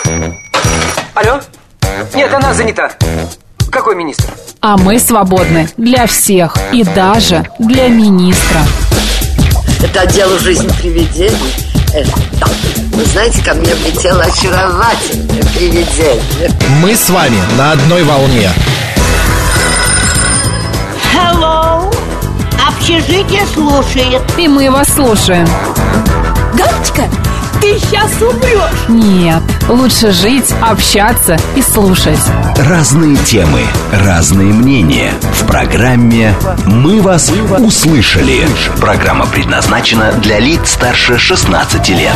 Алло? Нет, она занята. Какой министр? А мы свободны для всех и даже для министра. Это отдел «Жизнь привидений». Вы знаете, ко мне влетело очаровательное привидение. Мы с вами на одной волне. Hello. Общежитие слушает. И мы вас слушаем. Галочка, ты сейчас умрешь. Нет, лучше жить, общаться и слушать. Разные темы, разные мнения. В программе «Мы вас услышали». Программа предназначена для лиц старше 16 лет.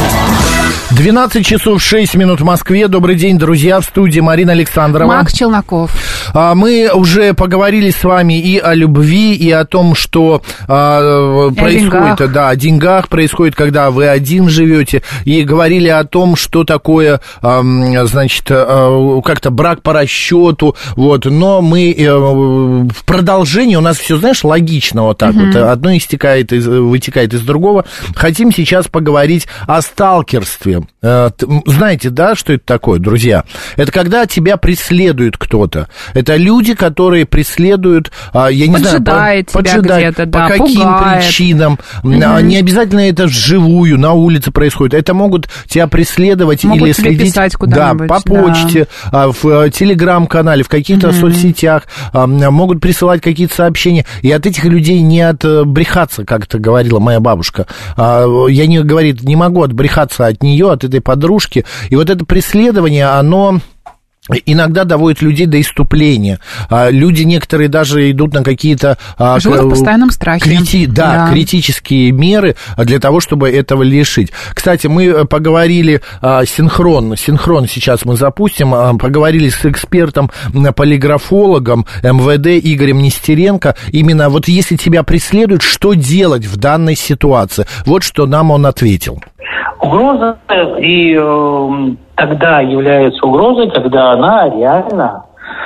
12 часов 6 минут в Москве. Добрый день, друзья, в студии Марина Александрова. Макс Челноков. Мы уже поговорили с вами и о любви, и о том, что происходит, о деньгах происходит, когда вы один живете, и говорили о том, что такое, значит, как-то брак по расчету, вот, но мы в продолжении, у нас все, знаешь, логично вот так вот, одно вытекает из другого. Хотим сейчас поговорить о сталкерстве. Знаете, да, что это такое, друзья? Это когда тебя преследует кто-то. Это люди, которые преследуют, я не знаю, поджидают, по каким причинам. Не обязательно это вживую, на улице происходит. Это могут тебя преследовать могут или тебе следить писать куда-нибудь, по почте, в телеграм-канале, в каких-то соцсетях, могут присылать какие-то сообщения. И от этих людей не отбрехаться, как это говорила моя бабушка. Я не могу отбрехаться от нее, от этой подружки. И вот это преследование, оно иногда доводит людей до исступления. Люди некоторые даже идут на какие-то живут в постоянном страхе. Критические меры для того, чтобы этого лишить. Кстати, мы поговорили синхрон сейчас мы запустим, поговорили с экспертом-полиграфологом МВД Игорем Нестеренко. Именно вот если тебя преследуют, что делать в данной ситуации? Вот что нам он ответил. Угроза и тогда является угрозой, когда она реально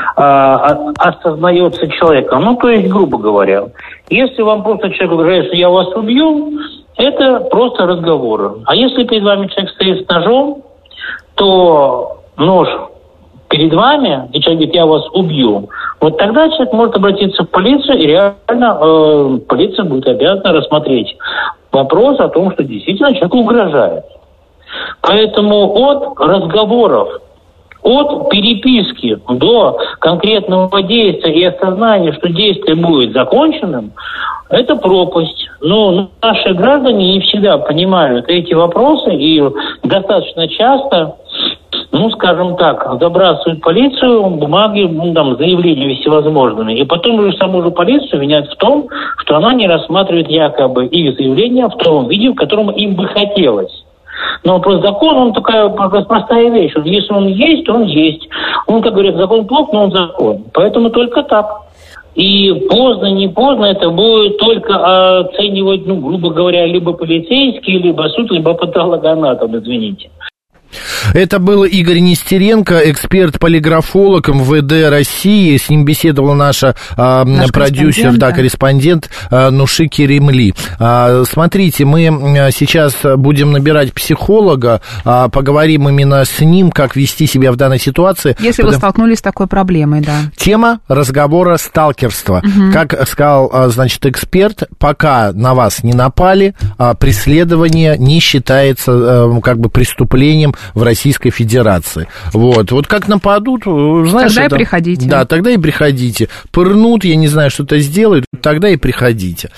осознается человеком. Ну, то есть, грубо говоря, если вам просто человек угрожает, что я вас убью, это просто разговоры. А если перед вами человек стоит с ножом, то нож перед вами, и человек говорит, я вас убью, вот тогда человек может обратиться в полицию, и реально полиция будет обязана рассмотреть вопрос о том, что действительно человеку угрожает. Поэтому от разговоров, от переписки до конкретного действия и осознания, что действие будет законченным, это пропасть. Но наши граждане не всегда понимают эти вопросы и достаточно часто, скажем так, забрасывают полицию бумаги, заявлениями всевозможными. И потом уже саму же полицию винят в том, что она не рассматривает якобы их заявления в том виде, в котором им бы хотелось. Но просто закон, он такая простая вещь. Если он есть, то он есть. Он, как говорят, закон плох, но он закон. Поэтому только так. И поздно, не поздно это будет только оценивать, грубо говоря, либо полицейский, либо суд, либо патологоанатом, извините. Это был Игорь Нестеренко, эксперт-полиграфолог МВД России. С ним беседовала наша продюсер, корреспондент Нуши Керемли. Смотрите, мы сейчас будем набирать психолога, поговорим именно с ним, как вести себя в данной ситуации. Если вы столкнулись с такой проблемой, да. Тема разговора — сталкерство. Как сказал, эксперт, пока на вас не напали, преследование не считается преступлением в Российской Федерации. Вот как нападут, знаешь... Тогда и приходите. Да, тогда и приходите. Пырнут, я не знаю, что-то сделают, тогда и приходите.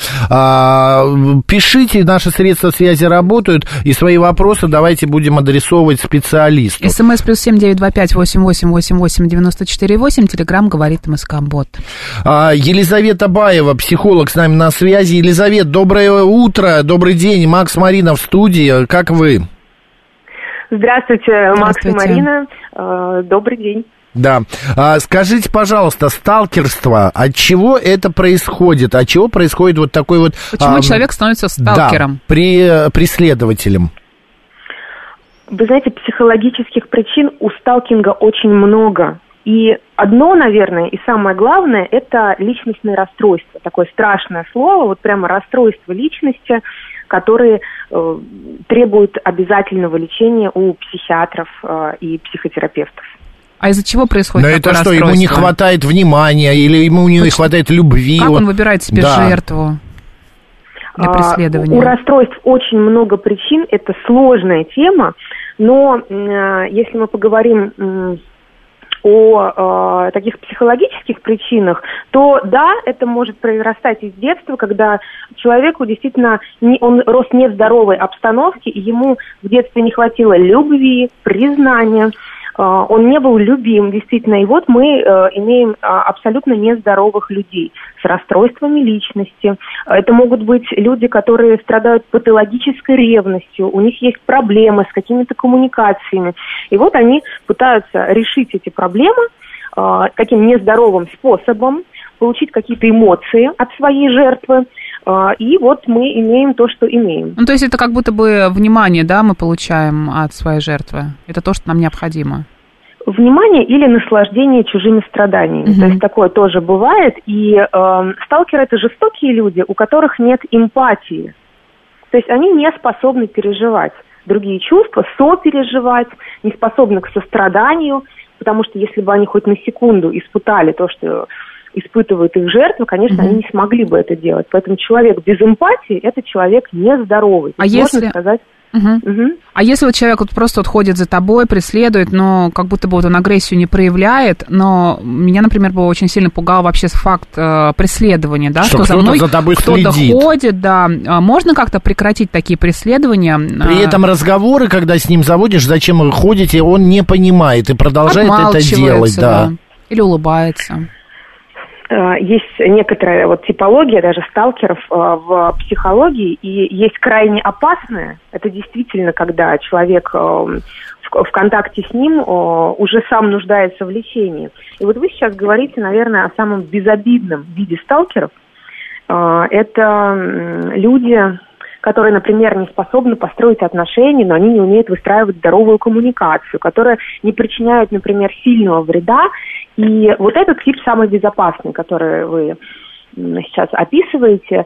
Пишите, наши средства связи работают, и свои вопросы давайте будем адресовывать специалисту. СМС +7 925 88 88 94 8, Телеграм говорит МСК-бот. Елизавета Баева, психолог, с нами на связи. Елизавета, доброе утро, добрый день, Макс, Марина в студии, как вы? Здравствуйте, Макс и Марина. Добрый день. Да. Скажите, пожалуйста, сталкерство, от чего это происходит? От чего происходит вот такой вот... Почему человек становится сталкером? Да, преследователем. Вы знаете, психологических причин у сталкинга очень много. И одно, наверное, и самое главное, это личностное расстройство. Такое страшное слово, вот прямо расстройство личности. которые требуют обязательного лечения у психиатров и психотерапевтов. А из-за чего происходит такое расстройство? расстройство? Ему не хватает внимания или ему не хватает любви? Как он выбирает себе жертву для преследования? У расстройств очень много причин, это сложная тема, но если мы поговорим о таких психологических причинах, то да, это может произрастать из детства, когда человеку действительно он рос не в здоровой обстановке, и ему в детстве не хватило любви, признания, он не был любим, действительно. И вот мы имеем абсолютно нездоровых людей с расстройствами личности. Это могут быть люди, которые страдают патологической ревностью, у них есть проблемы с какими-то коммуникациями. И вот они пытаются решить эти проблемы таким нездоровым способом, получить какие-то эмоции от своей жертвы. И вот мы имеем то, что имеем. Ну, то есть это как будто бы внимание, да, мы получаем от своей жертвы. Это то, что нам необходимо. Внимание или наслаждение чужими страданиями. То есть такое тоже бывает. И сталкеры – это жестокие люди, у которых нет эмпатии. То есть они не способны переживать другие чувства, сопереживать, не способны к состраданию, потому что если бы они хоть на секунду испытали то, что испытывают их жертвы, конечно, они не смогли бы это делать. Поэтому человек без эмпатии – это человек нездоровый. А если... сказать... А если вот человек вот просто вот ходит за тобой, преследует, но как будто бы вот он агрессию не проявляет, но меня, например, бы очень сильно пугал вообще факт преследования, да, что за мной кто-то ходит, да. Можно как-то прекратить такие преследования? При этом разговоры, когда с ним заводишь, зачем вы ходите, он не понимает и продолжает это делать, да. Или улыбается. Есть некоторая вот типология даже сталкеров в психологии, и есть крайне опасное. Это действительно, когда человек в контакте с ним уже сам нуждается в лечении. И вот вы сейчас говорите, наверное, о самом безобидном виде сталкеров. Это люди, которые, например, не способны построить отношения, но они не умеют выстраивать здоровую коммуникацию, которые не причиняют, например, сильного вреда. И вот этот тип самый безопасный, который вы сейчас описываете,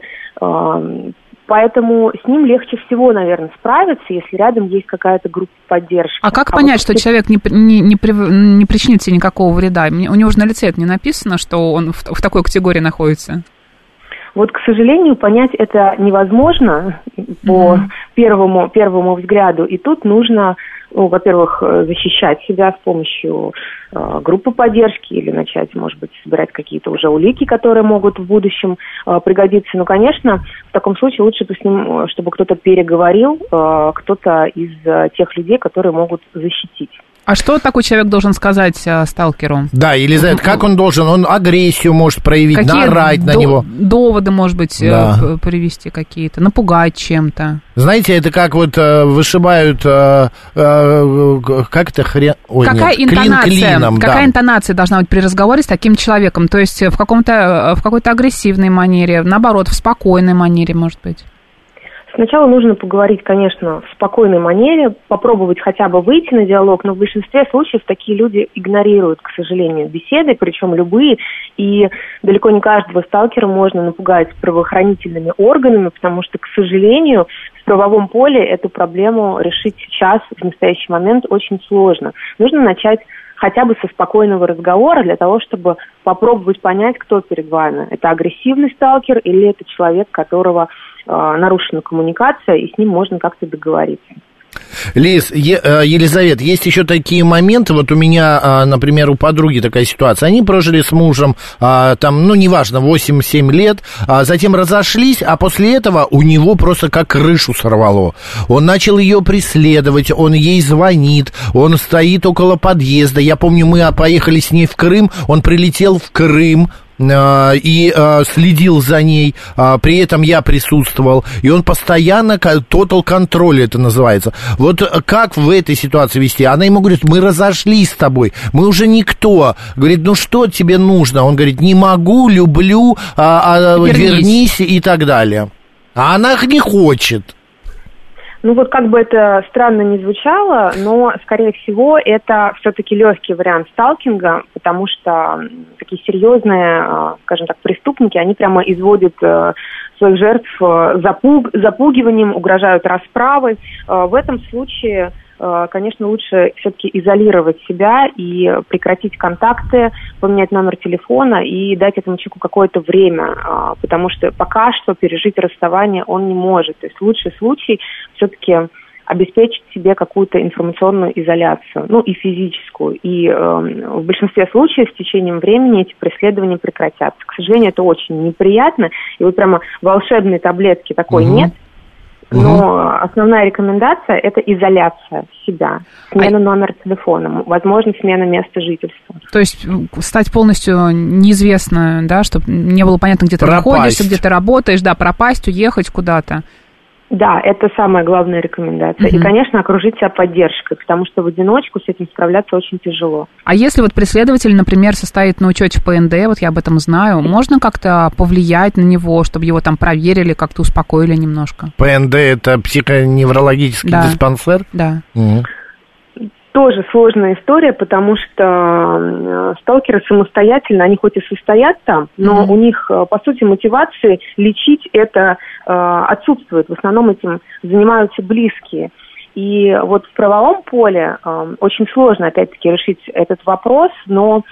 поэтому с ним легче всего, наверное, справиться, если рядом есть какая-то группа поддержки. А как понять, что человек не причинит себе никакого вреда? У него же на лице это не написано, что он в такой категории находится. Вот, к сожалению, понять это невозможно по первому взгляду. И тут нужно, во-первых, защищать себя с помощью группы поддержки или начать, может быть, собирать какие-то уже улики, которые могут в будущем пригодиться. Но, конечно, в таком случае лучше бы с ним, чтобы кто-то переговорил, кто-то из тех людей, которые могут защитить. А что такой человек должен сказать сталкеру? Да, Елизавета, как он должен? Он агрессию может проявить, какие наорать на него. Доводы, может быть, привести какие-то, напугать чем-то. Знаете, это как вот вышибают, как это хрен... Ой, какая нет, интонация, клин клином, какая да. интонация должна быть при разговоре с таким человеком? То есть в какой-то агрессивной манере, наоборот, в спокойной манере, может быть? Сначала нужно поговорить, конечно, в спокойной манере, попробовать хотя бы выйти на диалог, но в большинстве случаев такие люди игнорируют, к сожалению, беседы, причем любые, и далеко не каждого сталкера можно напугать правоохранительными органами, потому что, к сожалению, в правовом поле эту проблему решить сейчас, в настоящий момент, очень сложно. Нужно начать хотя бы со спокойного разговора для того, чтобы попробовать понять, кто перед вами. Это агрессивный сталкер или это человек, которого нарушена коммуникация, и с ним можно как-то договориться. Лиз, Елизавета, есть еще такие моменты, вот у меня, например, у подруги такая ситуация, они прожили с мужем, там, ну, неважно, 8-7 лет, затем разошлись, а после этого у него просто как крышу сорвало. Он начал ее преследовать, он ей звонит, он стоит около подъезда, я помню, мы поехали с ней в Крым, он прилетел в Крым, и следил за ней, при этом я присутствовал, и он постоянно, total control это называется. Вот как в этой ситуации вести? Она ему говорит, мы разошлись с тобой, мы уже никто. Говорит, ну что тебе нужно? Он говорит, не могу, люблю, вернись и так далее. А она не хочет. Ну вот как бы это странно ни звучало, но, скорее всего, это все-таки легкий вариант сталкинга, потому что такие серьезные, скажем так, преступники, они прямо изводят своих жертв запугиванием, угрожают расправой. В этом случае, конечно, лучше все-таки изолировать себя и прекратить контакты, поменять номер телефона и дать этому человеку какое-то время, потому что пока что пережить расставание он не может. То есть лучший случай все-таки обеспечить себе какую-то информационную изоляцию, ну и физическую. И в большинстве случаев с течением времени эти преследования прекратятся. К сожалению, это очень неприятно, и вот прямо волшебной таблетки такой нет. Но основная рекомендация – это изоляция себя, смена номера телефона, возможно, смена места жительства. То есть стать полностью неизвестной, да, чтобы не было понятно, где ты находишься, где ты работаешь, да, пропасть, уехать куда-то. Да, это самая главная рекомендация. И, конечно, окружить себя поддержкой, потому что в одиночку с этим справляться очень тяжело. А если вот преследователь, например, состоит на учете в ПНД, вот я об этом знаю, можно как-то повлиять на него, чтобы его там проверили, как-то успокоили немножко? ПНД – это психоневрологический диспансер? Да. Тоже сложная история, потому что сталкеры самостоятельно, они хоть и состоят там, но у них, по сути, мотивации лечить это отсутствует. В основном этим занимаются близкие. И вот в правовом поле очень сложно, опять-таки, решить этот вопрос, но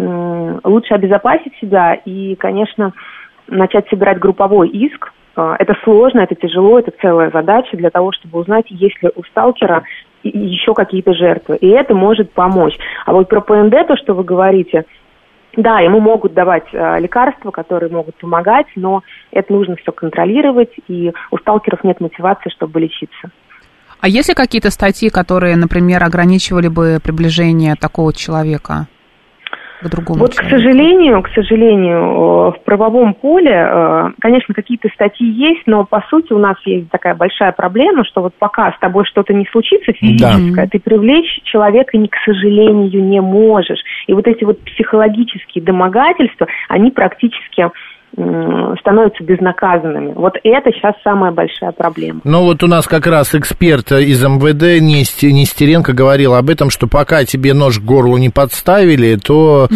лучше обезопасить себя и, конечно, начать собирать групповой иск. Это сложно, это тяжело, это целая задача для того, чтобы узнать, есть ли у сталкера еще какие-то жертвы. И это может помочь. А вот про ПНД, то, что вы говорите, да, ему могут давать лекарства, которые могут помогать, но это нужно все контролировать, и у сталкеров нет мотивации, чтобы лечиться. А есть ли какие-то статьи, которые, например, ограничивали бы приближение такого человека к другому вот, человеку? К сожалению, в правовом поле, конечно, какие-то статьи есть, но, по сути, у нас есть такая большая проблема, что вот пока с тобой что-то не случится физическое, ты привлечь человека, к сожалению, не можешь. И вот эти вот психологические домогательства, они практически становятся безнаказанными. Вот это сейчас самая большая проблема. Ну вот у нас как раз эксперт из МВД Нестеренко говорил об этом, что пока тебе нож к горлу не подставили, то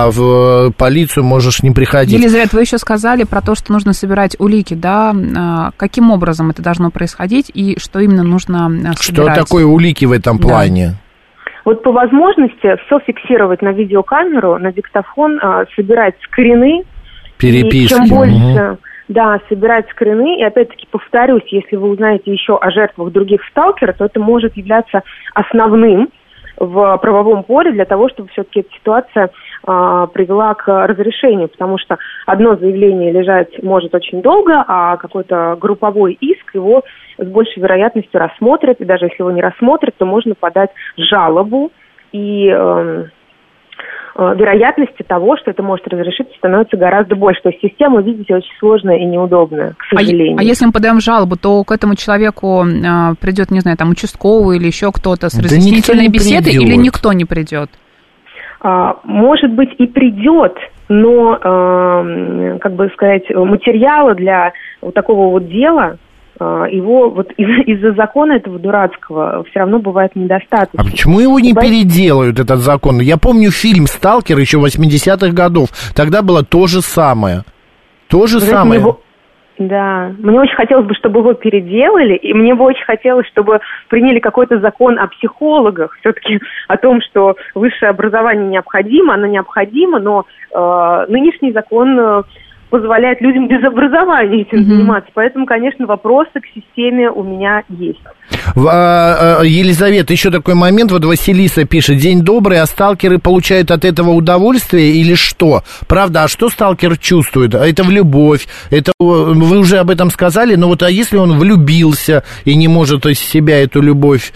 в полицию можешь не приходить. Елизавета, вы еще сказали про то, что нужно собирать улики, да? Каким образом это должно происходить и что именно нужно собирать? Что такое улики в этом плане? Вот по возможности все фиксировать на видеокамеру, на диктофон, собирать скрины. Переписки. И чем больше, собирать скрины, и опять-таки повторюсь, если вы узнаете еще о жертвах других сталкеров, то это может являться основным в правовом поле для того, чтобы все-таки эта ситуация привела к разрешению, потому что одно заявление лежать может очень долго, а какой-то групповой иск его с большей вероятностью рассмотрят, и даже если его не рассмотрят, то можно подать жалобу, и вероятности того, что это может разрешиться, становится гораздо больше. То есть система, видите, очень сложная и неудобная, к сожалению. А если мы подаем жалобу, то к этому человеку придет, не знаю, там участковый или еще кто-то с разъяснительной беседой, или никто не придет? Может быть, и придет, но, как бы сказать, материала для вот такого вот дела его вот из-за закона этого дурацкого все равно бывает недостаточно. А почему его не переделают, этот закон? Я помню фильм «Сталкер» еще 80-х годов. Тогда было то же самое. То же самое. Да, мне очень хотелось бы, чтобы его переделали, и мне бы очень хотелось, чтобы приняли какой-то закон о психологах, все-таки о том, что высшее образование необходимо, оно необходимо, но нынешний закон позволяет людям без образования этим заниматься. Поэтому, конечно, вопросы к системе у меня есть. Елизавета, еще такой момент. Вот Василиса пишет: день добрый, а сталкеры получают от этого удовольствие или что? Правда, а что сталкер чувствует? Это в любовь, это вы уже об этом сказали, но вот а если он влюбился и не может из себя эту любовь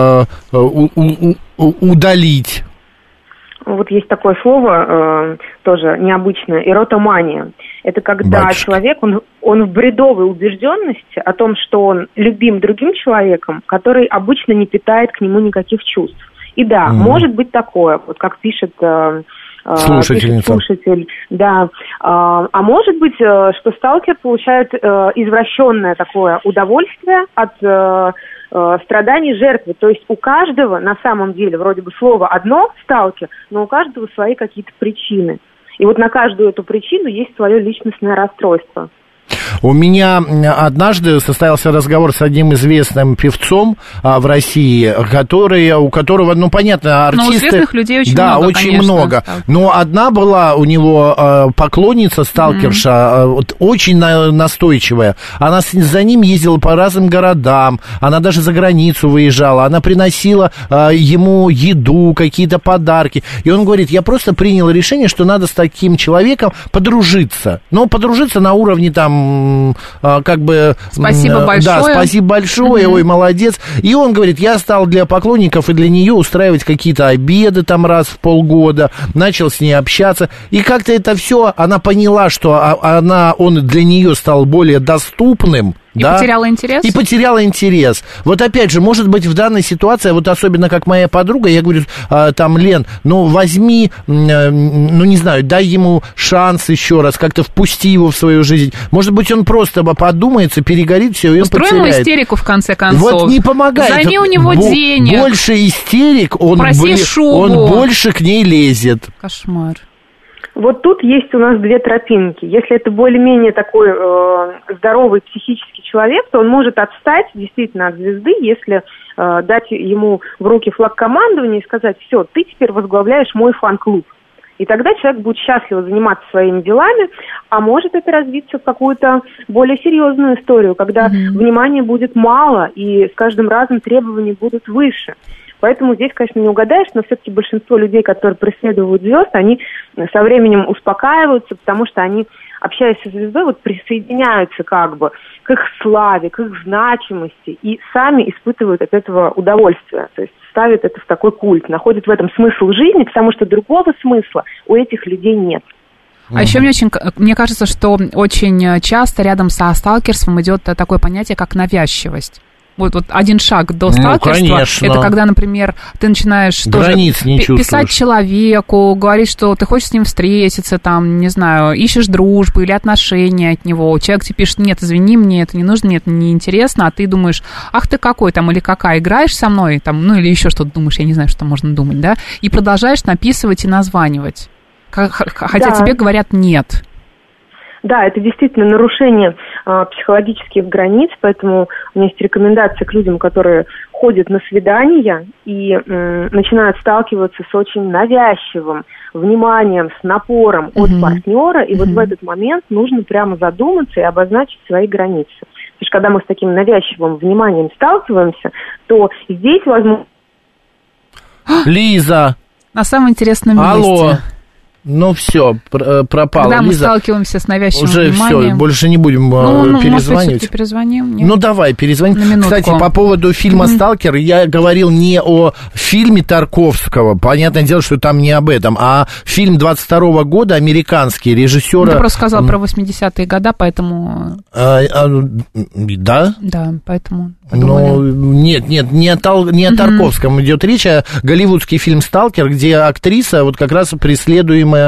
удалить? Вот есть такое слово, тоже необычное, эротомания. Это когда человек, он в бредовой убежденности о том, что он любим другим человеком, который обычно не питает к нему никаких чувств. И да, может быть такое, вот как пишет слушатель, да. А может быть, что сталкер получает извращенное такое удовольствие от страданий жертвы. То есть у каждого, на самом деле, вроде бы слово одно, сталкер, но у каждого свои какие-то причины. И вот на каждую эту причину есть свое личностное расстройство. У меня однажды состоялся разговор с одним известным певцом в России, у которого, ну, понятно, артисты... Но известных людей очень много, конечно. Да, очень много. Но одна была у него поклонница, сталкерша, очень настойчивая. Она за ним ездила по разным городам, она даже за границу выезжала, она приносила ему еду, какие-то подарки. И он говорит, я просто принял решение, что надо с таким человеком подружиться. Но подружиться на уровне там, как бы... Спасибо большое. Да, спасибо большое, ой, молодец. И он говорит, я стал для поклонников и для нее устраивать какие-то обеды там раз в полгода, начал с ней общаться. И как-то это все, она поняла, что он для нее стал более доступным. И потеряла интерес? И потеряла интерес. Вот опять же, может быть, в данной ситуации, вот особенно как моя подруга, я говорю, там, Лен, ну, возьми, ну, не знаю, дай ему шанс еще раз, как-то впусти его в свою жизнь. Может быть, он просто подумается, перегорит, все, и он потеряет. Устроим истерику, в конце концов. Вот не помогает. Займи у него денег. Больше истерик, он больше к ней лезет. Кошмар. Вот тут есть у нас две тропинки. Если это более-менее такой здоровый психический человек, то он может отстать действительно от звезды, если дать ему в руки флаг командования и сказать, все, ты теперь возглавляешь мой фан-клуб. И тогда человек будет счастливо заниматься своими делами, а может это развиться в какую-то более серьезную историю, когда внимания будет мало и с каждым разом требования будут выше. Поэтому здесь, конечно, не угадаешь, но все-таки большинство людей, которые преследуют звезд, они со временем успокаиваются, потому что они, общаясь со звездой, вот присоединяются как бы к их славе, к их значимости и сами испытывают от этого удовольствие. То есть ставят это в такой культ, находят в этом смысл жизни, потому что другого смысла у этих людей нет. А еще мне кажется, что очень часто рядом со сталкерством идет такое понятие, как навязчивость. Вот один шаг до сталкерства, это когда, например, ты начинаешь тоже писать человеку, говорить, что ты хочешь с ним встретиться, там, не знаю, ищешь дружбу или отношения от него. Человек тебе пишет, нет, извини, мне это не нужно, мне это не интересно, а ты думаешь, ах ты какой там или какая, играешь со мной, там, ну или еще что-то думаешь, я не знаю, что можно думать, да, и продолжаешь написывать и названивать, хотя тебе говорят нет. Да, это действительно нарушение психологических границ, поэтому у меня есть рекомендация к людям, которые ходят на свидания и начинают сталкиваться с очень навязчивым вниманием, с напором от партнера, и вот в этот момент нужно прямо задуматься и обозначить свои границы. Потому что когда мы с таким навязчивым вниманием сталкиваемся, то здесь возможно... Лиза! На самом интересном месте. Алло! Ну, все, пропало. Когда мы Лиза, сталкиваемся с навязчивым уже вниманием... все, больше не будем перезванивать. Может быть, перезвоним? Нет? Ну, давай, перезвоним. Кстати, по поводу фильма «Сталкер», я говорил не о фильме Тарковского, понятное дело, что там не об этом, а фильм 22-го года, американский, режиссера... Ты просто сказал про 80-е годы, поэтому... Да? Да, поэтому... Ну, нет, не о Тарковском идет речь, а голливудский фильм «Сталкер», где актриса вот как раз преследуемая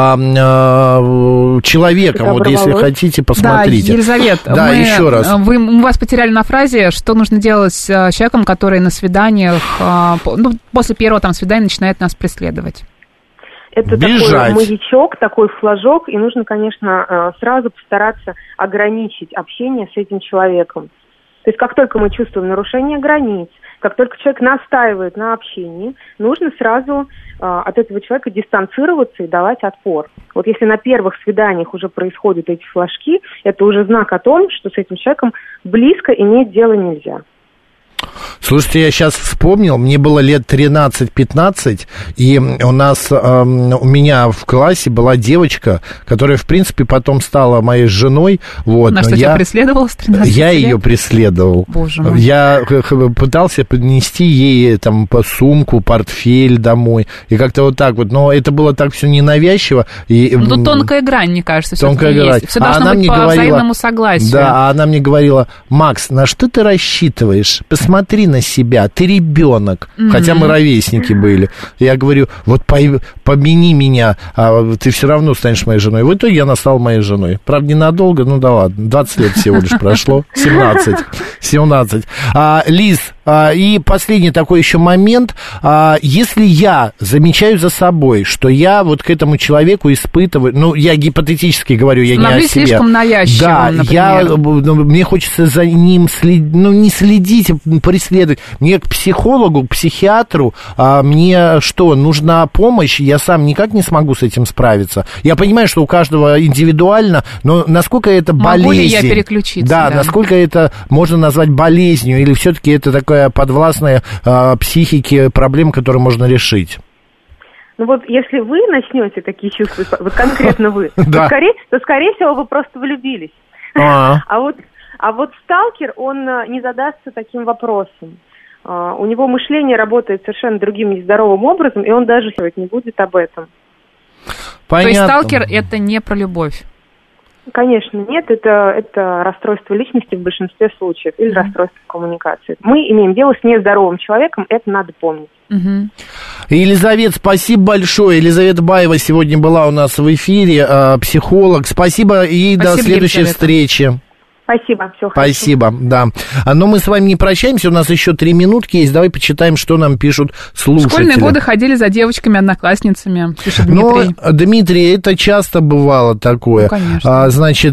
человеком, вот если хотите, посмотрите. Да, Елизавета, еще раз. Мы вас потеряли на фразе, что нужно делать с человеком, который на свиданиях, после первого там свидания начинает нас преследовать. Это такой маячок, такой флажок, и нужно, конечно, сразу постараться ограничить общение с этим человеком. То есть как только мы чувствуем нарушение границ, как только человек настаивает на общении, нужно сразу от этого человека дистанцироваться и давать отпор. Вот если на первых свиданиях уже происходят эти флажки, это уже знак о том, что с этим человеком близко иметь дело нельзя. Слушайте, я сейчас вспомнил, мне было лет 13-15, и у меня в классе была девочка, которая, в принципе, потом стала моей женой. Вот. Она что, тебя преследовала с 13 лет? Я ее преследовал. Боже мой. Я пытался поднести ей там сумку, портфель домой, и как-то вот так вот, но это было так все ненавязчиво. Тут тонкая грань, мне кажется, тонкая грань. Все должно быть по взаимному согласию. Да, а она мне говорила, Макс, на что ты рассчитываешь? Посмотри на себя, ты ребенок, хотя мы ровесники были. Я говорю, вот помяни меня, а ты все равно станешь моей женой. В итоге она стала моей женой. Правда, ненадолго, ну да ладно, 20 лет всего лишь прошло, 17. Лиз, И последний такой еще момент. Если я замечаю за собой, что я вот к этому человеку испытываю, ну, я гипотетически говорю, я не о себе. Слишком навязчивым, например. Мне хочется за ним не следить, преследовать. Мне к психологу, к психиатру, мне что, нужна помощь? Я сам никак не смогу с этим справиться. Я понимаю, что у каждого индивидуально, но насколько это болезнь? Могу ли я переключиться? Да, насколько это можно назвать болезнью, или все-таки это такая подвластная психике проблема, которую можно решить? Ну вот, если вы начнете такие чувства, вот конкретно вы, то, скорее всего, вы просто влюбились. А вот сталкер, он не задастся таким вопросом. У него мышление работает совершенно другим нездоровым образом, и он даже не будет об этом. Понятно. То есть сталкер – это не про любовь? Конечно, нет, это расстройство личности в большинстве случаев или расстройство коммуникации. Мы имеем дело с нездоровым человеком, это надо помнить. Елизавета, спасибо большое. Елизавета Баева сегодня была у нас в эфире, психолог. Спасибо и до следующей встречи. Спасибо, все хорошо. Спасибо, да. Но мы с вами не прощаемся, у нас еще 3 минутки есть. Давай почитаем, что нам пишут слушатели. В школьные годы ходили за девочками-одноклассницами, пишет Дмитрий. Но, Дмитрий, это часто бывало такое. Ну, конечно. Значит,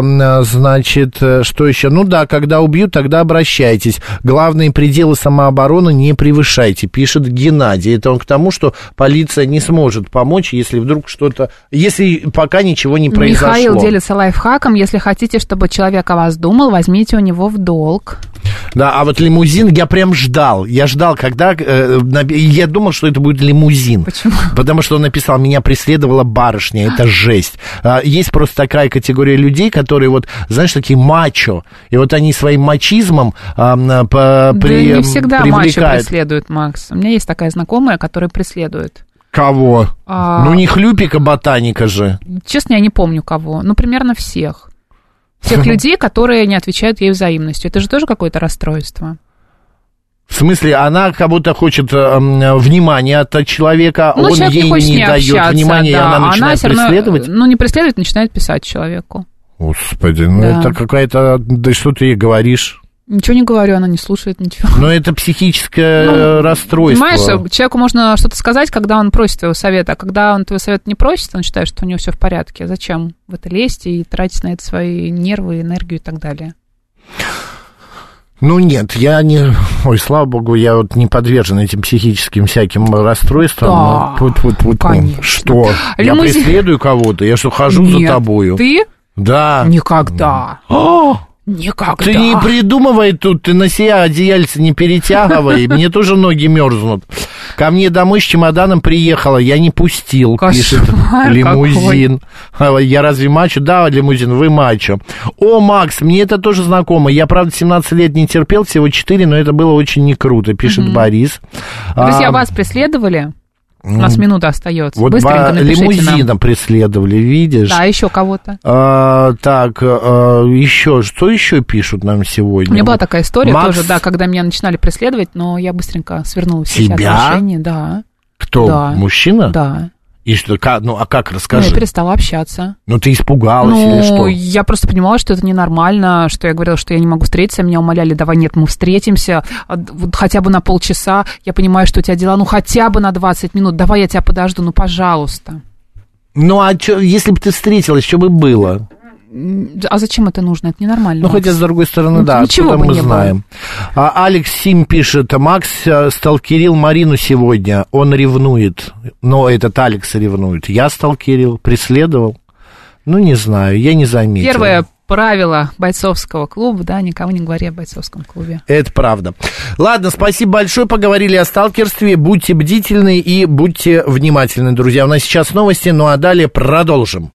что еще? Ну да, когда убьют, тогда обращайтесь. Главные пределы самообороны не превышайте, пишет Геннадий. Это он к тому, что полиция не сможет помочь, если вдруг если пока ничего не произошло. Михаил делится лайфхаком. Если хотите, чтобы человек о вас думал, возьмите у него в долг. Да, а вот лимузин я прям ждал. Я ждал, когда... я думал, что это будет лимузин. Почему? Потому что он написал, меня преследовала барышня. Это жесть. Есть просто такая категория людей, которые вот, знаешь, такие мачо. И вот они своим мачизмом не всегда мачо преследуют, Макс. У меня есть такая знакомая, которая преследует. Кого? Ну, не Хлюпика ботаника же. Честно, я не помню кого. Ну, примерно всех. Всех людей, которые не отвечают ей взаимностью. Это же тоже какое-то расстройство. В смысле, она как будто хочет внимания от человека, он ей не дает внимания, да, и она начинает преследовать? Не преследует, начинает писать человеку. Господи, это какая-то... Да что ты ей говоришь? Ничего не говорю, она не слушает ничего. Но это психическое расстройство. Понимаешь, человеку можно что-то сказать, когда он просит твоего совета, а когда он твоего совета не просит, он считает, что у него все в порядке. Зачем в это лезть и тратить на это свои нервы, энергию и так далее? Ну, нет, я не... Ой, слава богу, я вот не подвержен этим психическим всяким расстройствам. Да, конечно. Что? Я преследую кого-то? Я что, хожу за тобою? Ты? Да. Никогда. Никогда. Ты не придумывай тут, ты на себя одеяльце не перетягивай, мне тоже ноги мерзнут. Ко мне домой с чемоданом приехала, я не пустил, пишет лимузин. Какой? Я разве мачо? Да, лимузин, вы мачо. О, Макс, мне это тоже знакомо. Я, правда, 17 лет не терпел, всего 4, но это было очень не круто, пишет Борис. Друзья, вас преследовали? У нас минута остается. Вот лимузином преследовали, видишь? Да, еще кого-то. Еще, что еще пишут нам сегодня? У меня была такая история тоже, да, когда меня начинали преследовать, но я быстренько свернула все отношения. Да. Кто? Да. Мужчина? Да. И что, как, расскажи? Ну, я перестала общаться. Ну, ты испугалась или что? Я просто понимала, что это ненормально, что я говорила, что я не могу встретиться, меня умоляли, давай, нет, мы встретимся, вот хотя бы на полчаса, я понимаю, что у тебя дела, хотя бы на 20 минут, давай я тебя подожду, пожалуйста. Ну, а если бы ты встретилась, что бы было? А зачем это нужно? Это ненормально. Хотя, с другой стороны, да, ничего мы знаем. Алекс Сим пишет, Макс сталкерил Марину сегодня, он ревнует. Но этот Алекс ревнует. Я сталкерил, преследовал. Не знаю, я не заметил. Первое правило бойцовского клуба, да, никому не говори о бойцовском клубе. Это правда. Ладно, спасибо большое, поговорили о сталкерстве. Будьте бдительны и будьте внимательны, друзья. У нас сейчас новости, а далее продолжим.